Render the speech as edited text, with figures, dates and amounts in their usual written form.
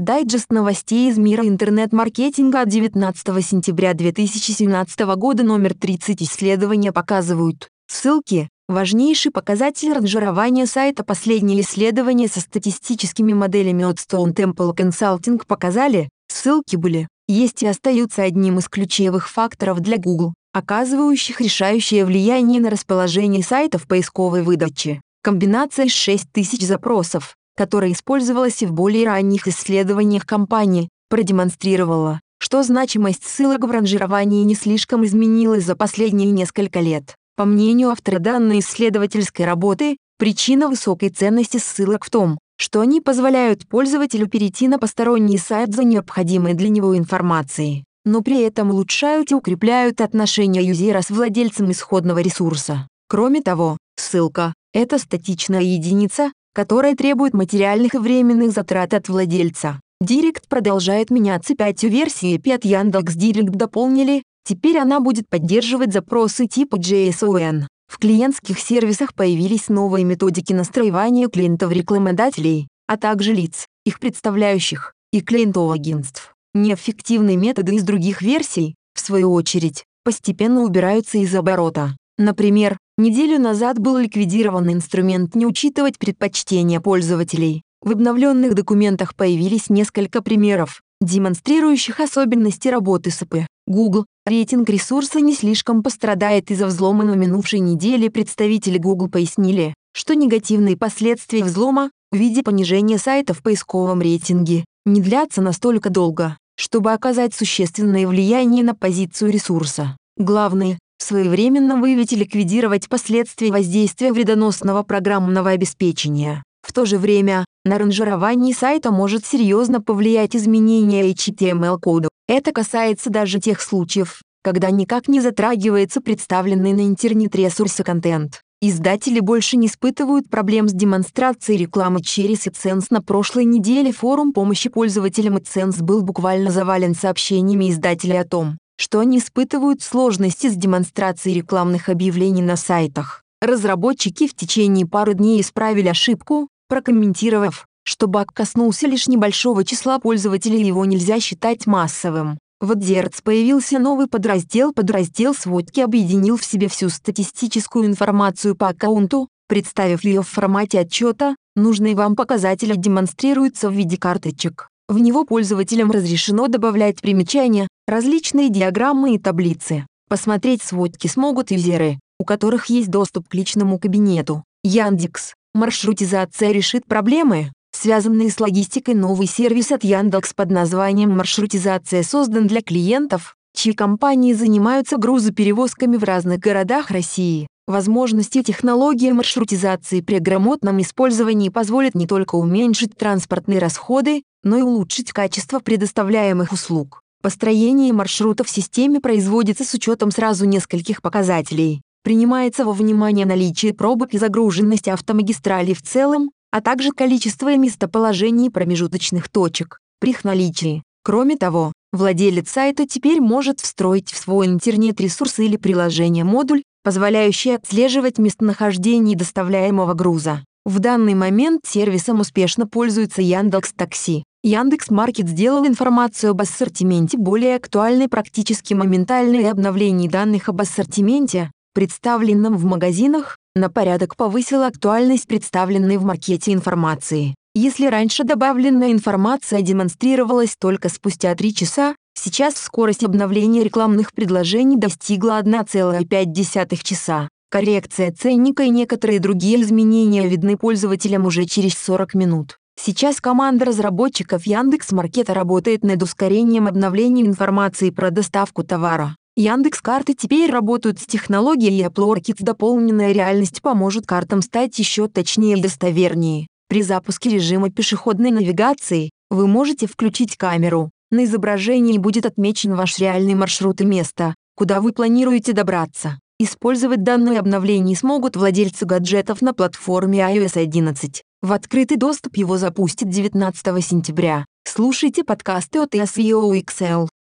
Дайджест новостей из мира интернет-маркетинга от 19 сентября 2017 года номер 30. Исследования показывают. Ссылки. Важнейший показатель ранжирования сайта. Последние исследования со статистическими моделями от Stone Temple Consulting показали, ссылки были, есть и остаются одним из ключевых факторов для Google, оказывающих решающее влияние на расположение сайта в поисковой выдаче. Комбинация из 6000 запросов, которая использовалась и в более ранних исследованиях компании, продемонстрировала, что значимость ссылок в ранжировании не слишком изменилась за последние несколько лет. По мнению автора данной исследовательской работы, причина высокой ценности ссылок в том, что они позволяют пользователю перейти на посторонний сайт за необходимой для него информацией, но при этом улучшают и укрепляют отношения юзера с владельцем исходного ресурса. Кроме того, ссылка – это статичная единица, которая требует материальных и временных затрат от владельца. Директ продолжает меняться. 5 версии 5 Яндекс.Директ дополнили, теперь она будет поддерживать запросы типа JSON. В клиентских сервисах появились новые методики настраивания клиентов-рекламодателей, а также лиц, их представляющих, и клиентов-агентств. Неэффективные методы из других версий, в свою очередь, постепенно убираются из оборота. Например, неделю назад был ликвидирован инструмент «Не учитывать предпочтения пользователей». В обновленных документах появились несколько примеров, демонстрирующих особенности работы с АП. Google. Рейтинг ресурса не слишком пострадает из-за взлома на минувшей неделе. Представители Google пояснили, что негативные последствия взлома, в виде понижения сайта в поисковом рейтинге, не длятся настолько долго, чтобы оказать существенное влияние на позицию ресурса. Главное – своевременно выявить и ликвидировать последствия воздействия вредоносного программного обеспечения. В то же время, на ранжирование сайта может серьезно повлиять изменение HTML-кода. Это касается даже тех случаев, когда никак не затрагивается представленный на интернет-ресурсе контент. Издатели больше не испытывают проблем с демонстрацией рекламы через AdSense. На прошлой неделе форум помощи пользователям AdSense был буквально завален сообщениями издателей о том, что они испытывают сложности с демонстрацией рекламных объявлений на сайтах. Разработчики в течение пары дней исправили ошибку, прокомментировав, что баг коснулся лишь небольшого числа пользователей и его нельзя считать массовым. В AdSense появился новый подраздел. Подраздел сводки объединил в себе всю статистическую информацию по аккаунту, представив ее в формате отчета. Нужные вам показатели демонстрируются в виде карточек. В него пользователям разрешено добавлять примечания, различные диаграммы и таблицы. Посмотреть сводки смогут юзеры, у которых есть доступ к личному кабинету. Яндекс. Маршрутизация решит проблемы, связанные с логистикой. Новый сервис от Яндекс под названием «Маршрутизация» создан для клиентов, чьи компании занимаются грузоперевозками в разных городах России. Возможности технологии маршрутизации при грамотном использовании позволят не только уменьшить транспортные расходы, но и улучшить качество предоставляемых услуг. Построение маршрута в системе производится с учетом сразу нескольких показателей. Принимается во внимание наличие пробок и загруженность автомагистралей в целом, а также количество и местоположений промежуточных точек, при их наличии. Кроме того, владелец сайта теперь может встроить в свой интернет-ресурс или приложение модуль, позволяющий отслеживать местонахождение доставляемого груза. В данный момент сервисом успешно пользуется Яндекс.Такси. Яндекс.Маркет сделал информацию об ассортименте более актуальной. Практически моментальное обновление данных об ассортименте, представленном в магазинах, на порядок повысило актуальность представленной в маркете информации. Если раньше добавленная информация демонстрировалась только спустя 3 часа, сейчас скорость обновления рекламных предложений достигла 1,5 часа. Коррекция ценника и некоторые другие изменения видны пользователям уже через 40 минут. Сейчас команда разработчиков Яндекс.Маркета работает над ускорением обновления информации про доставку товара. Яндекс.Карты теперь работают с технологией Apple Arcade. Дополненная реальность поможет картам стать еще точнее и достовернее. При запуске режима пешеходной навигации вы можете включить камеру. На изображении будет отмечен ваш реальный маршрут и место, куда вы планируете добраться. Использовать данное обновление смогут владельцы гаджетов на платформе iOS 11. В открытый доступ его запустят 19 сентября. Слушайте подкасты от SEO XL.